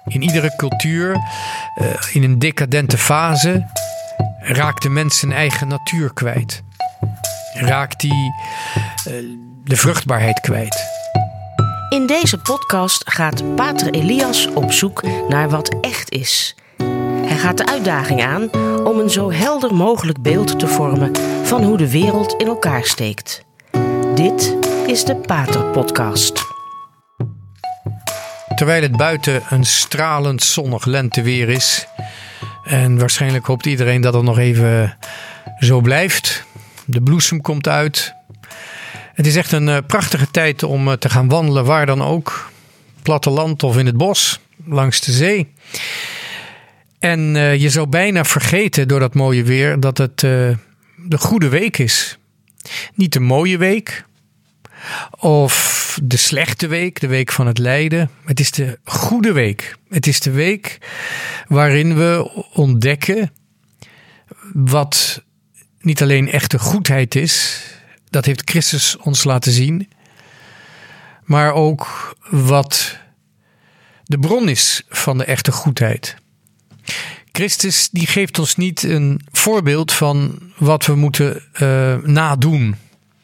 In iedere cultuur, in een decadente fase, raakt de mens zijn eigen natuur kwijt. Raakt hij de vruchtbaarheid kwijt. In deze podcast gaat Pater Elias op zoek naar wat echt is. Hij gaat de uitdaging aan om een zo helder mogelijk beeld te vormen van hoe de wereld in elkaar steekt. Dit is de Pater Podcast. Terwijl het buiten een stralend zonnig lenteweer is, en waarschijnlijk hoopt iedereen dat het nog even zo blijft. De bloesem komt uit. Het is echt een prachtige tijd om te gaan wandelen, waar dan ook. Platteland of in het bos, langs de zee. En je zou bijna vergeten door dat mooie weer dat het de goede week is. Niet de mooie week of de slechte week, de week van het lijden. Het is de goede week. Het is de week waarin we ontdekken wat niet alleen echte goedheid is. Dat heeft Christus ons laten zien. Maar ook wat de bron is van de echte goedheid. Christus die geeft ons niet een voorbeeld van wat we moeten nadoen.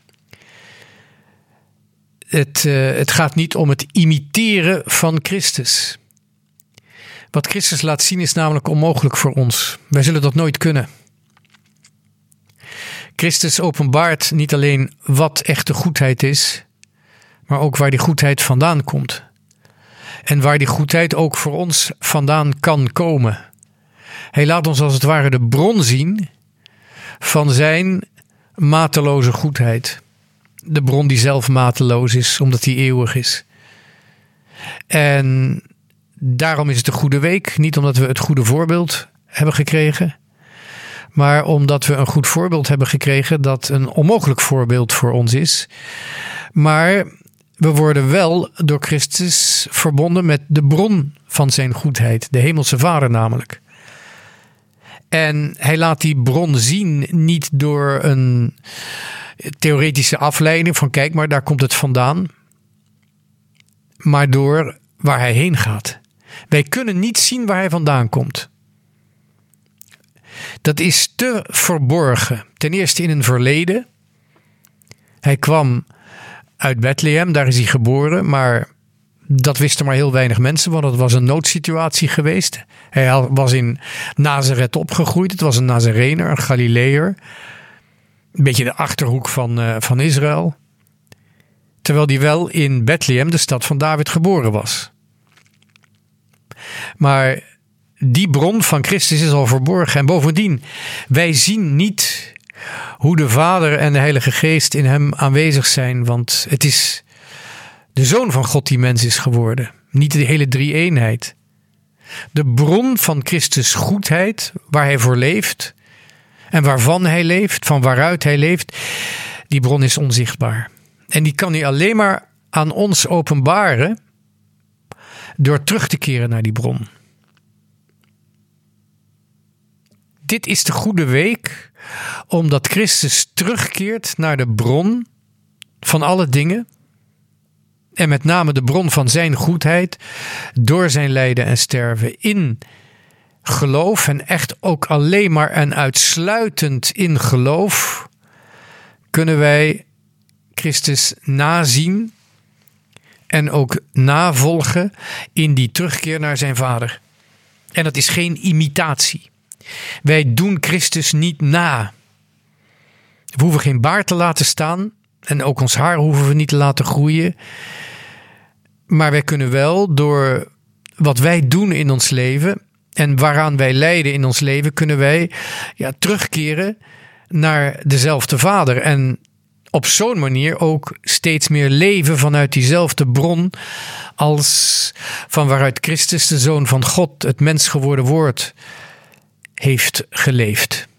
Het gaat niet om het imiteren van Christus. Wat Christus laat zien is namelijk onmogelijk voor ons. Wij zullen dat nooit kunnen. Christus openbaart niet alleen wat echte goedheid is, maar ook waar die goedheid vandaan komt. En waar die goedheid ook voor ons vandaan kan komen. Hij laat ons als het ware de bron zien van zijn mateloze goedheid. De bron die zelf mateloos is, omdat hij eeuwig is. En daarom is het een goede week. Niet omdat we het goede voorbeeld hebben gekregen, maar omdat we een goed voorbeeld hebben gekregen dat een onmogelijk voorbeeld voor ons is. Maar we worden wel door Christus verbonden met de bron van zijn goedheid. De hemelse Vader namelijk. En hij laat die bron zien niet door een theoretische afleiding van kijk maar, daar komt het vandaan. Maar door waar hij heen gaat. Wij kunnen niet zien waar hij vandaan komt. Dat is te verborgen. Ten eerste in een verleden. Hij kwam uit Bethlehem, daar is hij geboren, maar dat wisten maar heel weinig mensen, want het was een noodsituatie geweest. Hij was in Nazareth opgegroeid, het was een Nazarener, een Galileër. Een beetje de Achterhoek van Israël. Terwijl hij wel in Bethlehem, de stad van David, geboren was. Maar die bron van Christus is al verborgen. En bovendien, wij zien niet hoe de Vader en de Heilige Geest in hem aanwezig zijn. Want het is de Zoon van God die mens is geworden. Niet de hele drie-eenheid. De bron van Christus goedheid, waar hij voor leeft en waarvan hij leeft, van waaruit hij leeft, die bron is onzichtbaar. En die kan hij alleen maar aan ons openbaren door terug te keren naar die bron. Dit is de goede week, omdat Christus terugkeert naar de bron van alle dingen. En met name de bron van zijn goedheid, door zijn lijden en sterven in geloof. En echt ook alleen maar en uitsluitend in geloof kunnen wij Christus nazien en ook navolgen in die terugkeer naar zijn Vader. En dat is geen imitatie. Wij doen Christus niet na. We hoeven geen baard te laten staan. En ook ons haar hoeven we niet te laten groeien. Maar wij kunnen wel door wat wij doen in ons leven en waaraan wij lijden in ons leven, kunnen wij terugkeren naar dezelfde Vader. En op zo'n manier ook steeds meer leven vanuit diezelfde bron als van waaruit Christus, de Zoon van God, het mens geworden woord, heeft geleefd.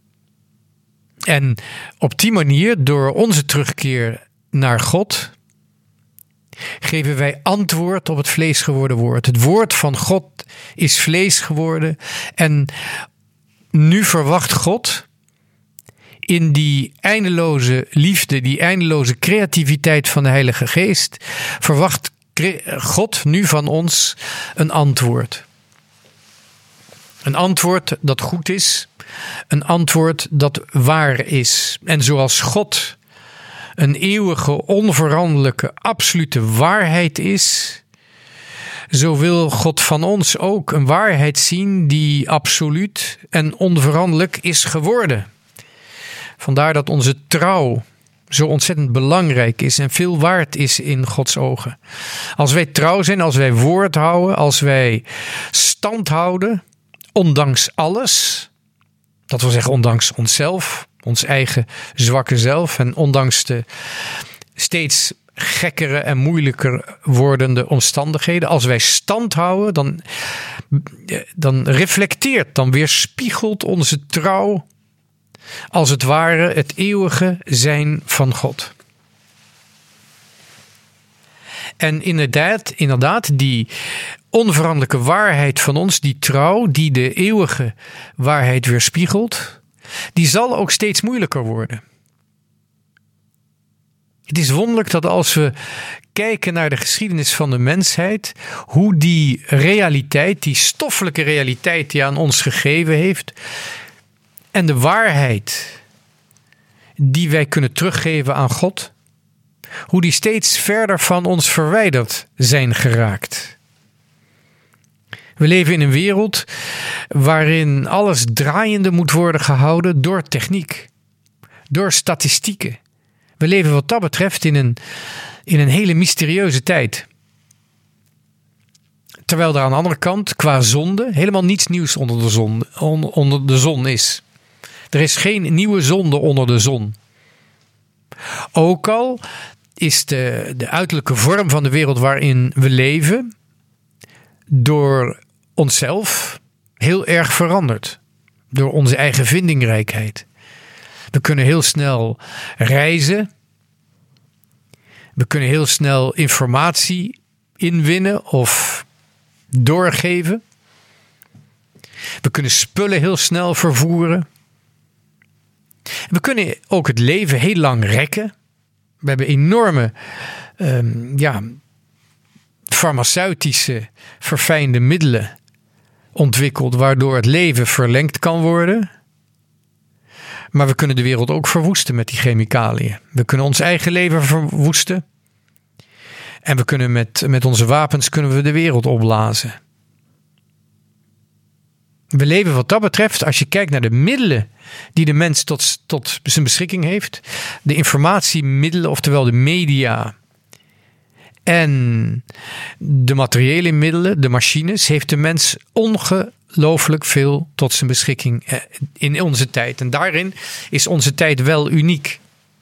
En op die manier, door onze terugkeer naar God, geven wij antwoord op het vlees geworden woord. Het woord van God is vlees geworden. En nu verwacht God in die eindeloze liefde, die eindeloze creativiteit van de Heilige Geest, verwacht God nu van ons een antwoord. Een antwoord dat goed is. Een antwoord dat waar is. En zoals God een eeuwige, onveranderlijke, absolute waarheid is, zo wil God van ons ook een waarheid zien die absoluut en onveranderlijk is geworden. Vandaar dat onze trouw zo ontzettend belangrijk is en veel waard is in Gods ogen. Als wij trouw zijn, als wij woord houden, als wij stand houden, ondanks alles, dat wil zeggen ondanks onszelf, ons eigen zwakke zelf en ondanks de steeds gekkere en moeilijker wordende omstandigheden. Als wij stand houden, dan reflecteert, dan weerspiegelt onze trouw als het ware het eeuwige zijn van God. En inderdaad, die onveranderlijke waarheid van ons, die trouw, die de eeuwige waarheid weerspiegelt, die zal ook steeds moeilijker worden. Het is wonderlijk dat als we kijken naar de geschiedenis van de mensheid, hoe die realiteit, die stoffelijke realiteit die aan ons gegeven heeft, en de waarheid die wij kunnen teruggeven aan God, hoe die steeds verder van ons verwijderd zijn geraakt. We leven in een wereld waarin alles draaiende moet worden gehouden door techniek, door statistieken. We leven wat dat betreft in een hele mysterieuze tijd. Terwijl er aan de andere kant qua zonde helemaal niets nieuws onder de zon is. Er is geen nieuwe zonde onder de zon. Ook al is de uiterlijke vorm van de wereld waarin we leven door onszelf heel erg veranderd. Door onze eigen vindingrijkheid. We kunnen heel snel reizen. We kunnen heel snel informatie inwinnen of doorgeven. We kunnen spullen heel snel vervoeren. We kunnen ook het leven heel lang rekken. We hebben enorme farmaceutische verfijnde middelen ontwikkeld, waardoor het leven verlengd kan worden. Maar we kunnen de wereld ook verwoesten met die chemicaliën. We kunnen ons eigen leven verwoesten. En we kunnen met onze wapens kunnen we de wereld opblazen. We leven wat dat betreft, als je kijkt naar de middelen die de mens tot zijn beschikking heeft. De informatiemiddelen, oftewel de media. En de materiële middelen, de machines, heeft de mens ongelooflijk veel tot zijn beschikking in onze tijd. En daarin is onze tijd wel uniek.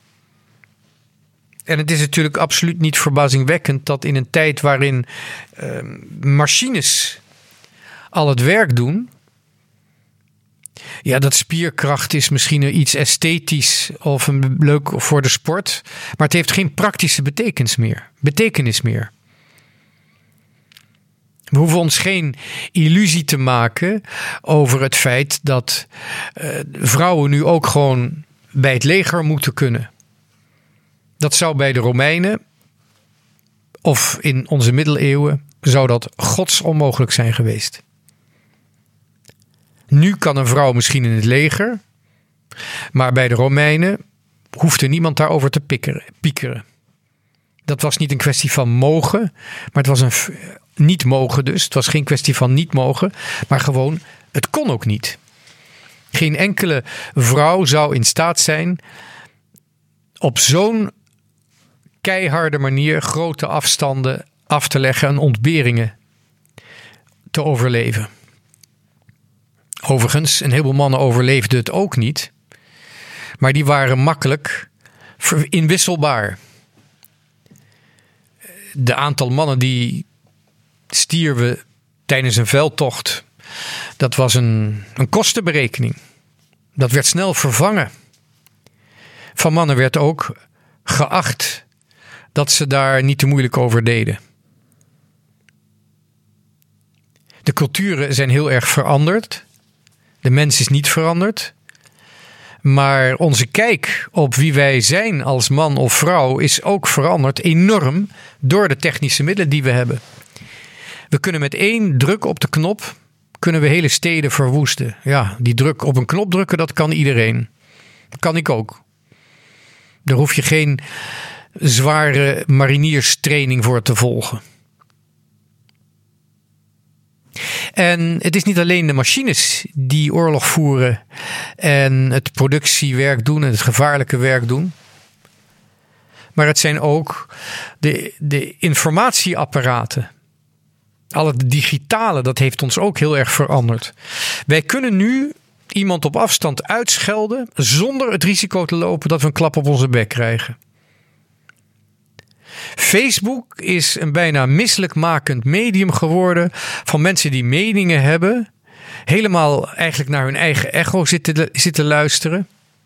En het is natuurlijk absoluut niet verbazingwekkend dat in een tijd waarin machines al het werk doen. Ja, dat spierkracht is misschien iets esthetisch of leuk voor de sport. Maar het heeft geen praktische betekenis meer. We hoeven ons geen illusie te maken over het feit dat vrouwen nu ook gewoon bij het leger moeten kunnen. Dat zou bij de Romeinen of in onze middeleeuwen zou dat godsonmogelijk zijn geweest. Nu kan een vrouw misschien in het leger, maar bij de Romeinen hoefde niemand daarover te piekeren. Dat was niet een kwestie van mogen, maar het was een niet mogen dus. Het was geen kwestie van niet mogen, maar gewoon het kon ook niet. Geen enkele vrouw zou in staat zijn op zo'n keiharde manier grote afstanden af te leggen en ontberingen te overleven. Overigens, een heleboel mannen overleefden het ook niet. Maar die waren makkelijk inwisselbaar. De aantal mannen die stierven tijdens een veldtocht, dat was een kostenberekening. Dat werd snel vervangen. Van mannen werd ook geacht dat ze daar niet te moeilijk over deden. De culturen zijn heel erg veranderd. De mens is niet veranderd. Maar onze kijk op wie wij zijn als man of vrouw is ook veranderd enorm door de technische middelen die we hebben. We kunnen met 1 druk op de knop kunnen we hele steden verwoesten. Ja, die druk op een knop drukken, dat kan iedereen. Dat kan ik ook. Daar hoef je geen zware marinierstraining voor te volgen. En het is niet alleen de machines die oorlog voeren en het productiewerk doen en het gevaarlijke werk doen. Maar het zijn ook de informatieapparaten. Al het digitale, dat heeft ons ook heel erg veranderd. Wij kunnen nu iemand op afstand uitschelden zonder het risico te lopen dat we een klap op onze bek krijgen. Facebook is een bijna misselijkmakend medium geworden van mensen die meningen hebben. Helemaal eigenlijk naar hun eigen echo zitten luisteren.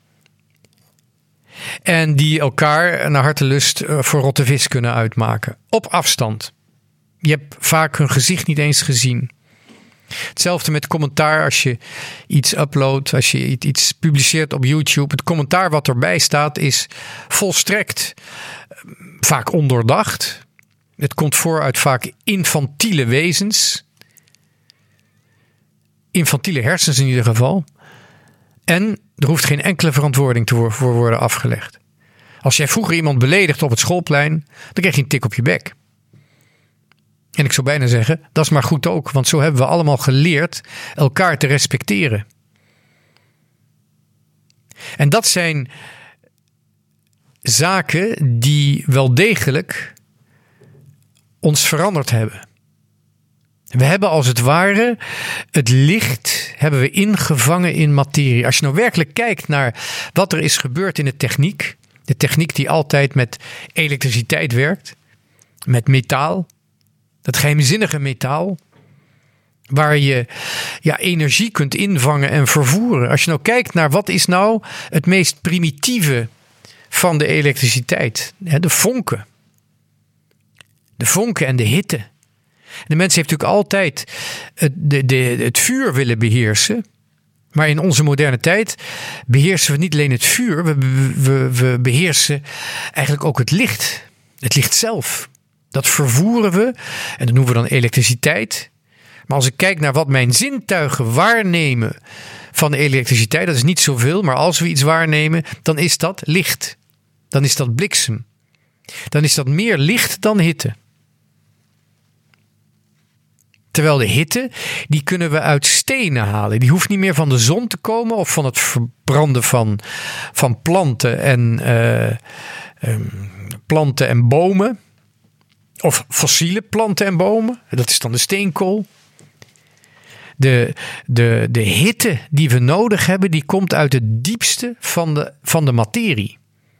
En die elkaar naar hartelust voor rotte vis kunnen uitmaken. Op afstand. Je hebt vaak hun gezicht niet eens gezien. Hetzelfde met commentaar als je iets uploadt, als je iets publiceert op YouTube. Het commentaar wat erbij staat is volstrekt vaak ondoordacht. Het komt voor uit vaak infantiele wezens. Infantiele hersens in ieder geval. En er hoeft geen enkele verantwoording voor worden afgelegd. Als jij vroeger iemand beledigt op het schoolplein, dan krijg je een tik op je bek. En ik zou bijna zeggen, dat is maar goed ook. Want zo hebben we allemaal geleerd elkaar te respecteren. En dat zijn zaken die wel degelijk ons veranderd hebben. We hebben als het ware het licht hebben we ingevangen in materie. Als je nou werkelijk kijkt naar wat er is gebeurd in de techniek die altijd met elektriciteit werkt, met metaal, dat geheimzinnige metaal, waar je energie kunt invangen en vervoeren. Als je nou kijkt naar wat is nou het meest primitieve van de elektriciteit. De vonken. De vonken en de hitte. De mens heeft natuurlijk altijd het vuur willen beheersen. Maar in onze moderne tijd beheersen we niet alleen het vuur. We beheersen eigenlijk ook het licht. Het licht zelf. Dat vervoeren we. En dat noemen we dan elektriciteit. Maar als ik kijk naar wat mijn zintuigen waarnemen van de elektriciteit. Dat is niet zoveel. Maar als we iets waarnemen, dan is dat licht. Dan is dat bliksem. Dan is dat meer licht dan hitte. Terwijl de hitte, die kunnen we uit stenen halen. Die hoeft niet meer van de zon te komen of van het verbranden van planten en bomen. Of fossiele planten en bomen. Dat is dan de steenkool. De hitte die we nodig hebben, die komt uit het diepste van de materie.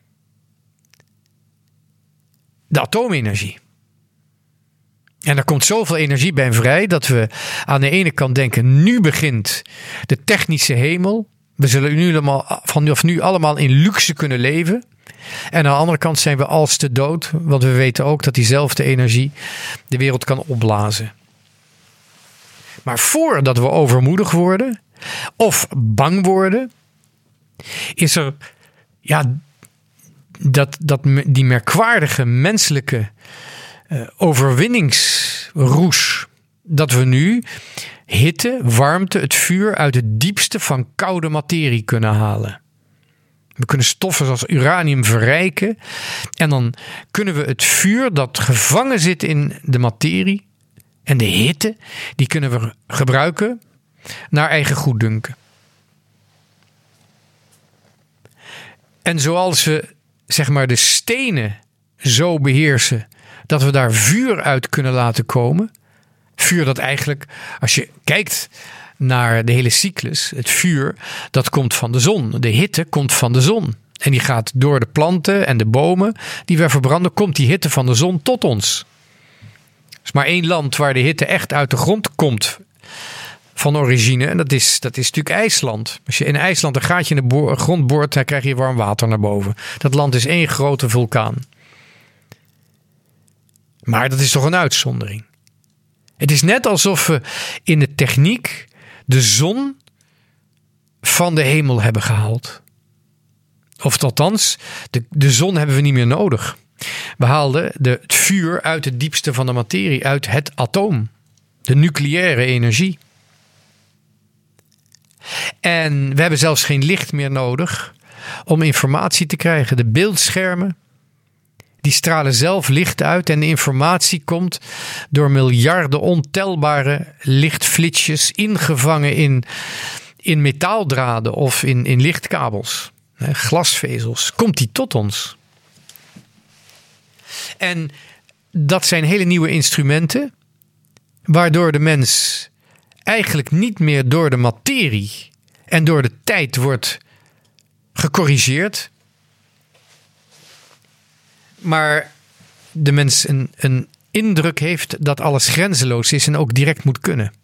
De atoomenergie. En er komt zoveel energie bij vrij dat we aan de ene kant denken, nu begint de technische hemel. We zullen vanaf nu allemaal in luxe kunnen leven. En aan de andere kant zijn we als te dood, want we weten ook dat diezelfde energie de wereld kan opblazen. Maar voordat we overmoedig worden of bang worden, is er die merkwaardige menselijke overwinningsroes. Dat we nu hitte, warmte, het vuur uit het diepste van koude materie kunnen halen. We kunnen stoffen zoals uranium verrijken. En dan kunnen we het vuur dat gevangen zit in de materie en de hitte, die kunnen we gebruiken naar eigen goeddunken. En zoals we de stenen zo beheersen dat we daar vuur uit kunnen laten komen. Vuur dat eigenlijk, als je kijkt naar de hele cyclus, het vuur, dat komt van de zon. De hitte komt van de zon. En die gaat door de planten en de bomen die wij verbranden, komt die hitte van de zon tot ons. Er is maar één land waar de hitte echt uit de grond komt van origine. En dat is natuurlijk IJsland. Als je in IJsland een gaatje in de grond boort, dan krijg je warm water naar boven. Dat land is één grote vulkaan. Maar dat is toch een uitzondering. Het is net alsof we in de techniek de zon van de hemel hebben gehaald. Of althans, de zon hebben we niet meer nodig. We haalden het vuur uit het diepste van de materie, uit het atoom. De nucleaire energie. En we hebben zelfs geen licht meer nodig om informatie te krijgen. De beeldschermen, die stralen zelf licht uit en de informatie komt door miljarden ontelbare lichtflitsjes ingevangen in metaaldraden of in lichtkabels, glasvezels. Komt die tot ons? En dat zijn hele nieuwe instrumenten, waardoor de mens eigenlijk niet meer door de materie en door de tijd wordt gecorrigeerd, maar de mens een indruk heeft dat alles grenzeloos is en ook direct moet kunnen.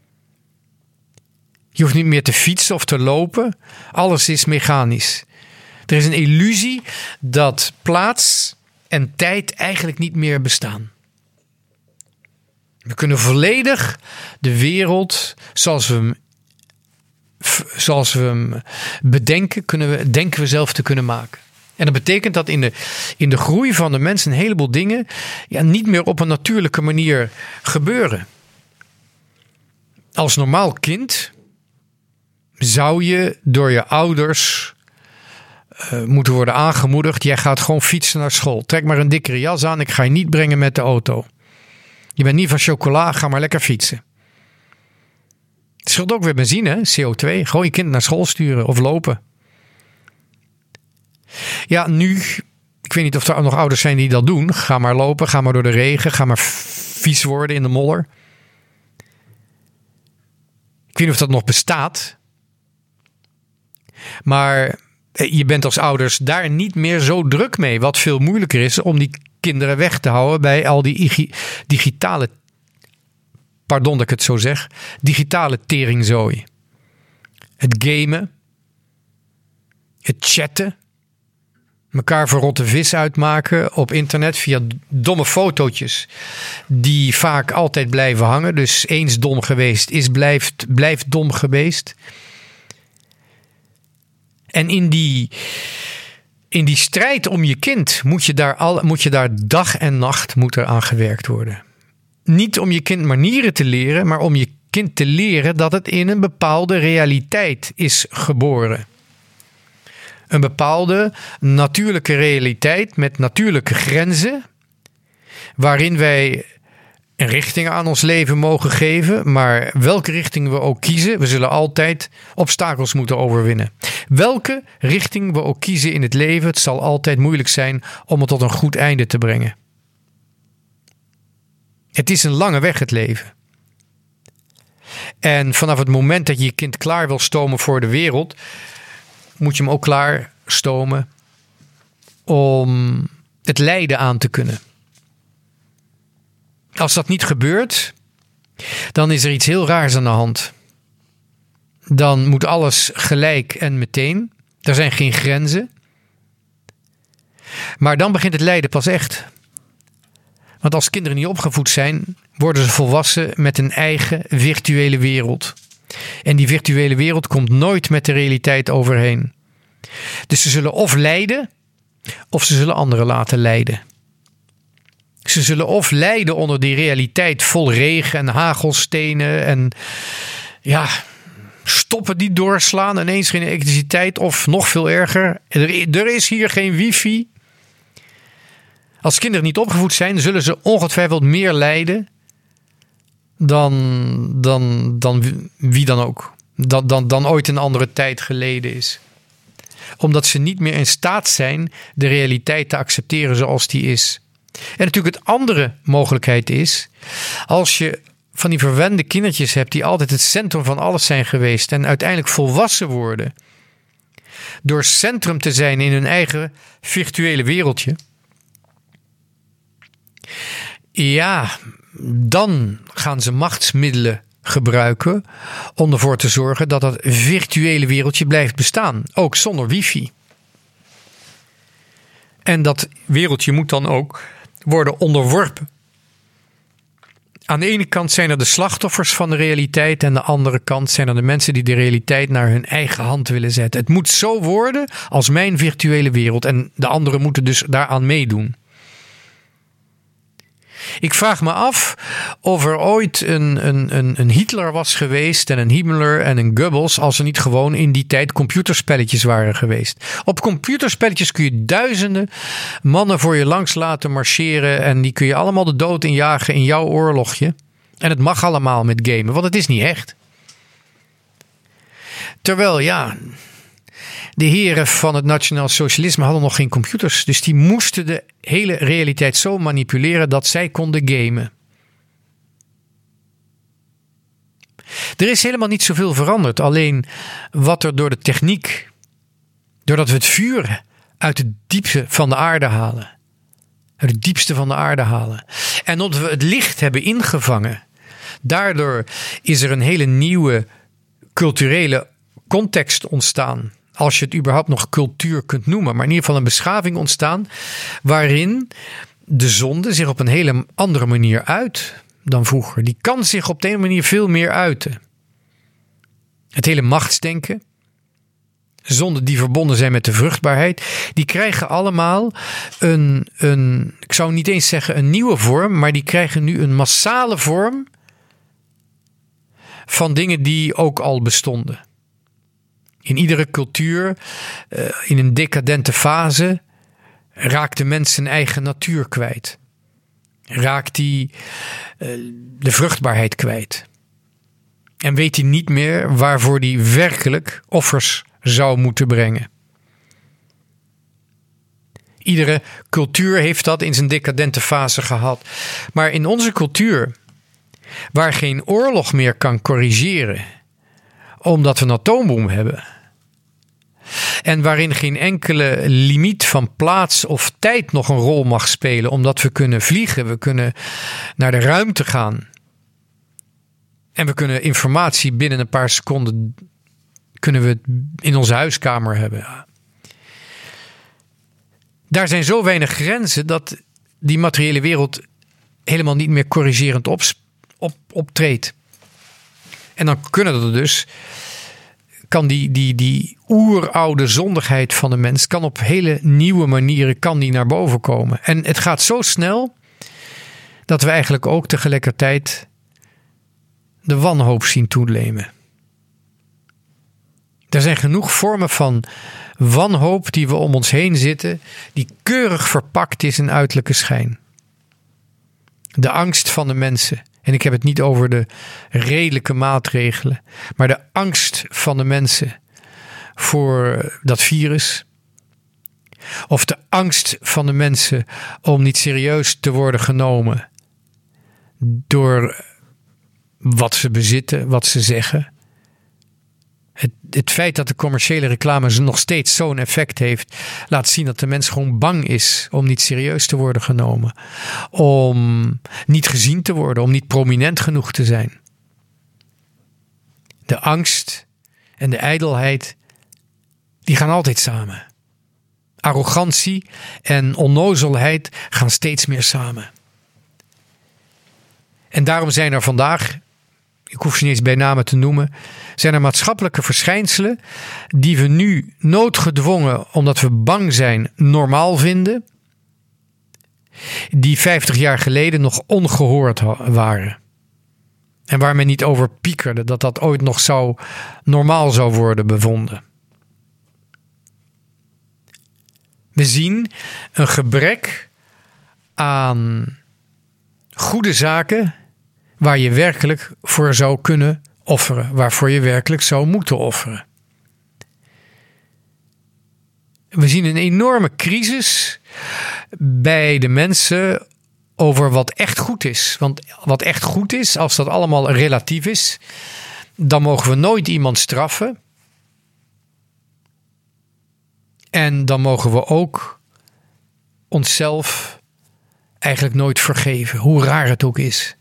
Je hoeft niet meer te fietsen of te lopen. Alles is mechanisch. Er is een illusie dat plaats en tijd eigenlijk niet meer bestaan. We kunnen volledig de wereld zoals we hem bedenken, denken we zelf te kunnen maken. En dat betekent dat in de groei van de mens een heleboel dingen niet meer op een natuurlijke manier gebeuren. Als normaal kind zou je door je ouders moeten worden aangemoedigd. Jij gaat gewoon fietsen naar school. Trek maar een dikkere jas aan. Ik ga je niet brengen met de auto. Je bent niet van chocola. Ga maar lekker fietsen. Het scheelt ook weer benzine, CO2. Gewoon je kind naar school sturen of lopen. Ja, nu, ik weet niet of er nog ouders zijn die dat doen. Ga maar lopen. Ga maar door de regen. Ga maar vies worden in de modder. Ik weet niet of dat nog bestaat. Maar je bent als ouders daar niet meer zo druk mee. Wat veel moeilijker is om die kinderen weg te houden bij al die digitale, pardon dat ik het zo zeg, digitale teringzooi. Het gamen. Het chatten. Elkaar voor rotte vis uitmaken op internet via domme fotootjes die vaak altijd blijven hangen. Dus eens dom geweest blijft dom geweest. En in die strijd om je kind moet je daar dag en nacht aan gewerkt worden. Niet om je kind manieren te leren, maar om je kind te leren dat het in een bepaalde realiteit is geboren. Een bepaalde natuurlijke realiteit met natuurlijke grenzen, waarin wij een richting aan ons leven mogen geven, maar welke richting we ook kiezen, we zullen altijd obstakels moeten overwinnen. Welke richting we ook kiezen in het leven, het zal altijd moeilijk zijn om het tot een goed einde te brengen. Het is een lange weg, het leven. En vanaf het moment dat je je kind klaar wil stomen voor de wereld, moet je hem ook klaar stomen om het lijden aan te kunnen. Als dat niet gebeurt, dan is er iets heel raars aan de hand. Dan moet alles gelijk en meteen. Er zijn geen grenzen. Maar dan begint het lijden pas echt. Want als kinderen niet opgevoed zijn, worden ze volwassen met een eigen virtuele wereld. En die virtuele wereld komt nooit met de realiteit overheen. Dus ze zullen of lijden, of ze zullen anderen laten lijden. Ze zullen of lijden onder die realiteit vol regen en hagelstenen en stoppen die doorslaan, ineens geen elektriciteit of nog veel erger. Er is hier geen wifi. Als kinderen niet opgevoed zijn, zullen ze ongetwijfeld meer lijden dan wie dan ook. Dan ooit een andere tijd geleden is. Omdat ze niet meer in staat zijn de realiteit te accepteren zoals die is. En natuurlijk het andere mogelijkheid is, als je van die verwende kindertjes hebt die altijd het centrum van alles zijn geweest en uiteindelijk volwassen worden door centrum te zijn in hun eigen virtuele wereldje. Ja, dan gaan ze machtsmiddelen gebruiken om ervoor te zorgen dat dat virtuele wereldje blijft bestaan. Ook zonder wifi. En dat wereldje moet dan ook worden onderworpen Aan de ene kant zijn er de slachtoffers van de realiteit. En aan de andere kant zijn er de mensen die de realiteit naar hun eigen hand willen zetten. Het moet zo worden als mijn virtuele wereld. En de anderen moeten dus daaraan meedoen. Ik vraag me af of er ooit een Hitler was geweest en een Himmler en een Goebbels als er niet gewoon in die tijd computerspelletjes waren geweest. Op computerspelletjes kun je duizenden mannen voor je langs laten marcheren en die kun je allemaal de dood injagen in jouw oorlogje. En het mag allemaal met gamen, want het is niet echt. Terwijl, ja, de heren van het nationaal socialisme hadden nog geen computers. Dus die moesten de hele realiteit zo manipuleren dat zij konden gamen. Er is helemaal niet zoveel veranderd. Alleen wat er door de techniek, doordat we het vuur uit het diepste van de aarde halen. Uit het diepste van de aarde halen. En omdat we het licht hebben ingevangen. Daardoor is er een hele nieuwe culturele context ontstaan. Als je het überhaupt nog cultuur kunt noemen. Maar in ieder geval een beschaving ontstaan. Waarin de zonde zich op een hele andere manier uit dan vroeger. Die kan zich op de een manier veel meer uiten. Het hele machtsdenken. Zonden die verbonden zijn met de vruchtbaarheid. Die krijgen allemaal ik zou niet eens zeggen een nieuwe vorm. Maar die krijgen nu een massale vorm. Van dingen die ook al bestonden. In iedere cultuur, in een decadente fase, raakt de mens zijn eigen natuur kwijt. Raakt hij de vruchtbaarheid kwijt. En weet hij niet meer waarvoor hij werkelijk offers zou moeten brengen. Iedere cultuur heeft dat in zijn decadente fase gehad. Maar in onze cultuur, waar geen oorlog meer kan corrigeren, omdat we een atoombom hebben. En waarin geen enkele limiet van plaats of tijd nog een rol mag spelen. Omdat we kunnen vliegen. We kunnen naar de ruimte gaan. En we kunnen informatie binnen een paar seconden kunnen we in onze huiskamer hebben. Daar zijn zo weinig grenzen dat die materiële wereld helemaal niet meer corrigerend optreedt. En dan kan die oeroude zondigheid van de mens kan op hele nieuwe manieren die naar boven komen. En het gaat zo snel dat we eigenlijk ook tegelijkertijd de wanhoop zien toenemen. Er zijn genoeg vormen van wanhoop die we om ons heen zitten, die keurig verpakt is in uiterlijke schijn. De angst van de mensen. En ik heb het niet over de redelijke maatregelen, maar de angst van de mensen voor dat virus. Of de angst van de mensen om niet serieus te worden genomen door wat ze bezitten, wat ze zeggen. Het feit dat de commerciële reclame nog steeds zo'n effect heeft, laat zien dat de mens gewoon bang is om niet serieus te worden genomen. Om niet gezien te worden, om niet prominent genoeg te zijn. De angst en de ijdelheid, die gaan altijd samen. Arrogantie en onnozelheid gaan steeds meer samen. En daarom zijn er vandaag, ik hoef ze niet eens bij namen te noemen, zijn er maatschappelijke verschijnselen die we nu noodgedwongen, omdat we bang zijn, normaal vinden, die 50 jaar geleden nog ongehoord waren. En waar men niet over piekerde dat dat ooit nog normaal zou worden bevonden. We zien een gebrek aan goede zaken waar je werkelijk voor zou kunnen offeren. Waarvoor je werkelijk zou moeten offeren. We zien een enorme crisis bij de mensen over wat echt goed is. Want wat echt goed is, als dat allemaal relatief is, dan mogen we nooit iemand straffen. En dan mogen we ook onszelf eigenlijk nooit vergeven, hoe raar het ook is.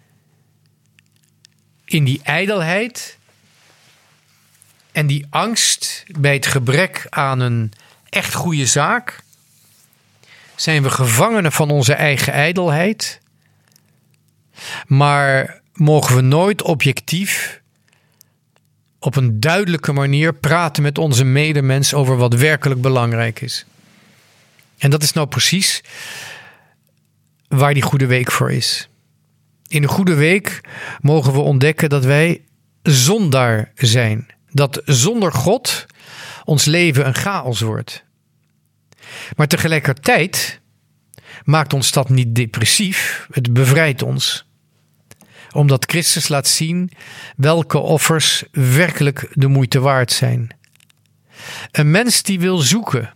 In die ijdelheid en die angst bij het gebrek aan een echt goede zaak zijn we gevangenen van onze eigen ijdelheid. Maar mogen we nooit objectief op een duidelijke manier praten met onze medemens over wat werkelijk belangrijk is. En dat is nou precies waar die Goede Week voor is. In de Goede Week mogen we ontdekken dat wij zondaar zijn. Dat zonder God ons leven een chaos wordt. Maar tegelijkertijd maakt ons dat niet depressief. Het bevrijdt ons. Omdat Christus laat zien welke offers werkelijk de moeite waard zijn. Een mens die wil zoeken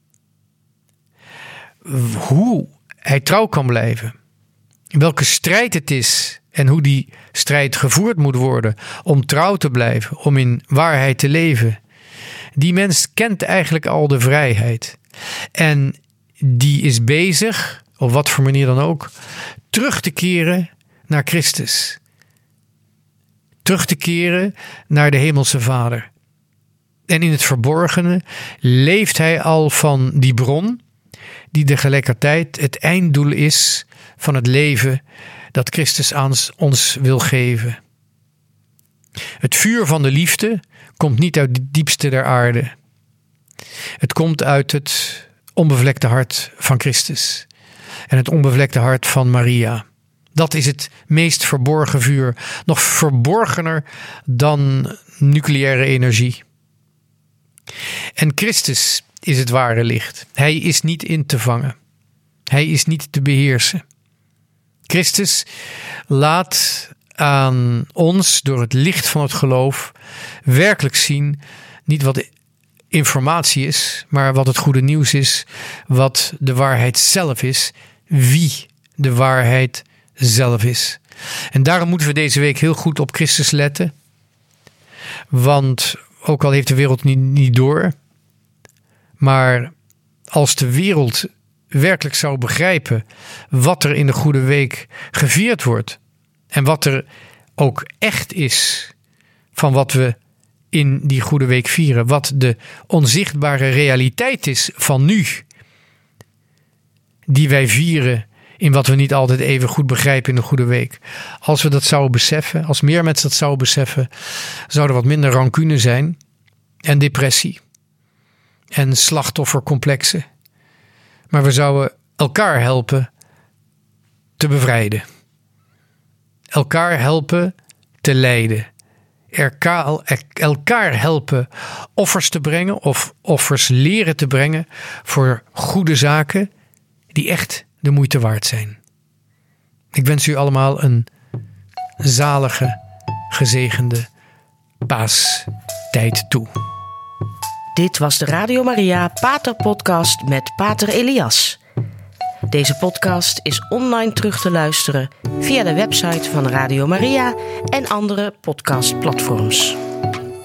hoe hij trouw kan blijven. Welke strijd het is en hoe die strijd gevoerd moet worden om trouw te blijven, om in waarheid te leven. Die mens kent eigenlijk al de vrijheid. En die is bezig, op wat voor manier dan ook, terug te keren naar Christus. Terug te keren naar de Hemelse Vader. En in het verborgene leeft hij al van die bron die tegelijkertijd het einddoel is van het leven dat Christus aan ons wil geven. Het vuur van de liefde komt niet uit het diepste der aarde. Het komt uit het onbevlekte hart van Christus en het onbevlekte hart van Maria. Dat is het meest verborgen vuur, nog verborgener dan nucleaire energie. En Christus is het ware licht. Hij is niet in te vangen. Hij is niet te beheersen. Christus laat aan ons door het licht van het geloof werkelijk zien, niet wat informatie is, maar wat het goede nieuws is, wat de waarheid zelf is, wie de waarheid zelf is. En daarom moeten we deze week heel goed op Christus letten, want ook al heeft de wereld niet door, maar als de wereld werkelijk zou begrijpen wat er in de Goede Week gevierd wordt en wat er ook echt is van wat we in die Goede Week vieren, wat de onzichtbare realiteit is van nu, die wij vieren in wat we niet altijd even goed begrijpen in de Goede Week. Als we dat zouden beseffen, als meer mensen dat zouden beseffen, zou er wat minder rancune zijn en depressie en slachtoffercomplexen. Maar we zouden elkaar helpen te bevrijden. Elkaar helpen te leiden. Elkaar helpen offers te brengen of offers leren te brengen voor goede zaken die echt de moeite waard zijn. Ik wens u allemaal een zalige, gezegende Paastijd toe. Dit was de Radio Maria Pater Podcast met Pater Elias. Deze podcast is online terug te luisteren via de website van Radio Maria en andere podcastplatforms.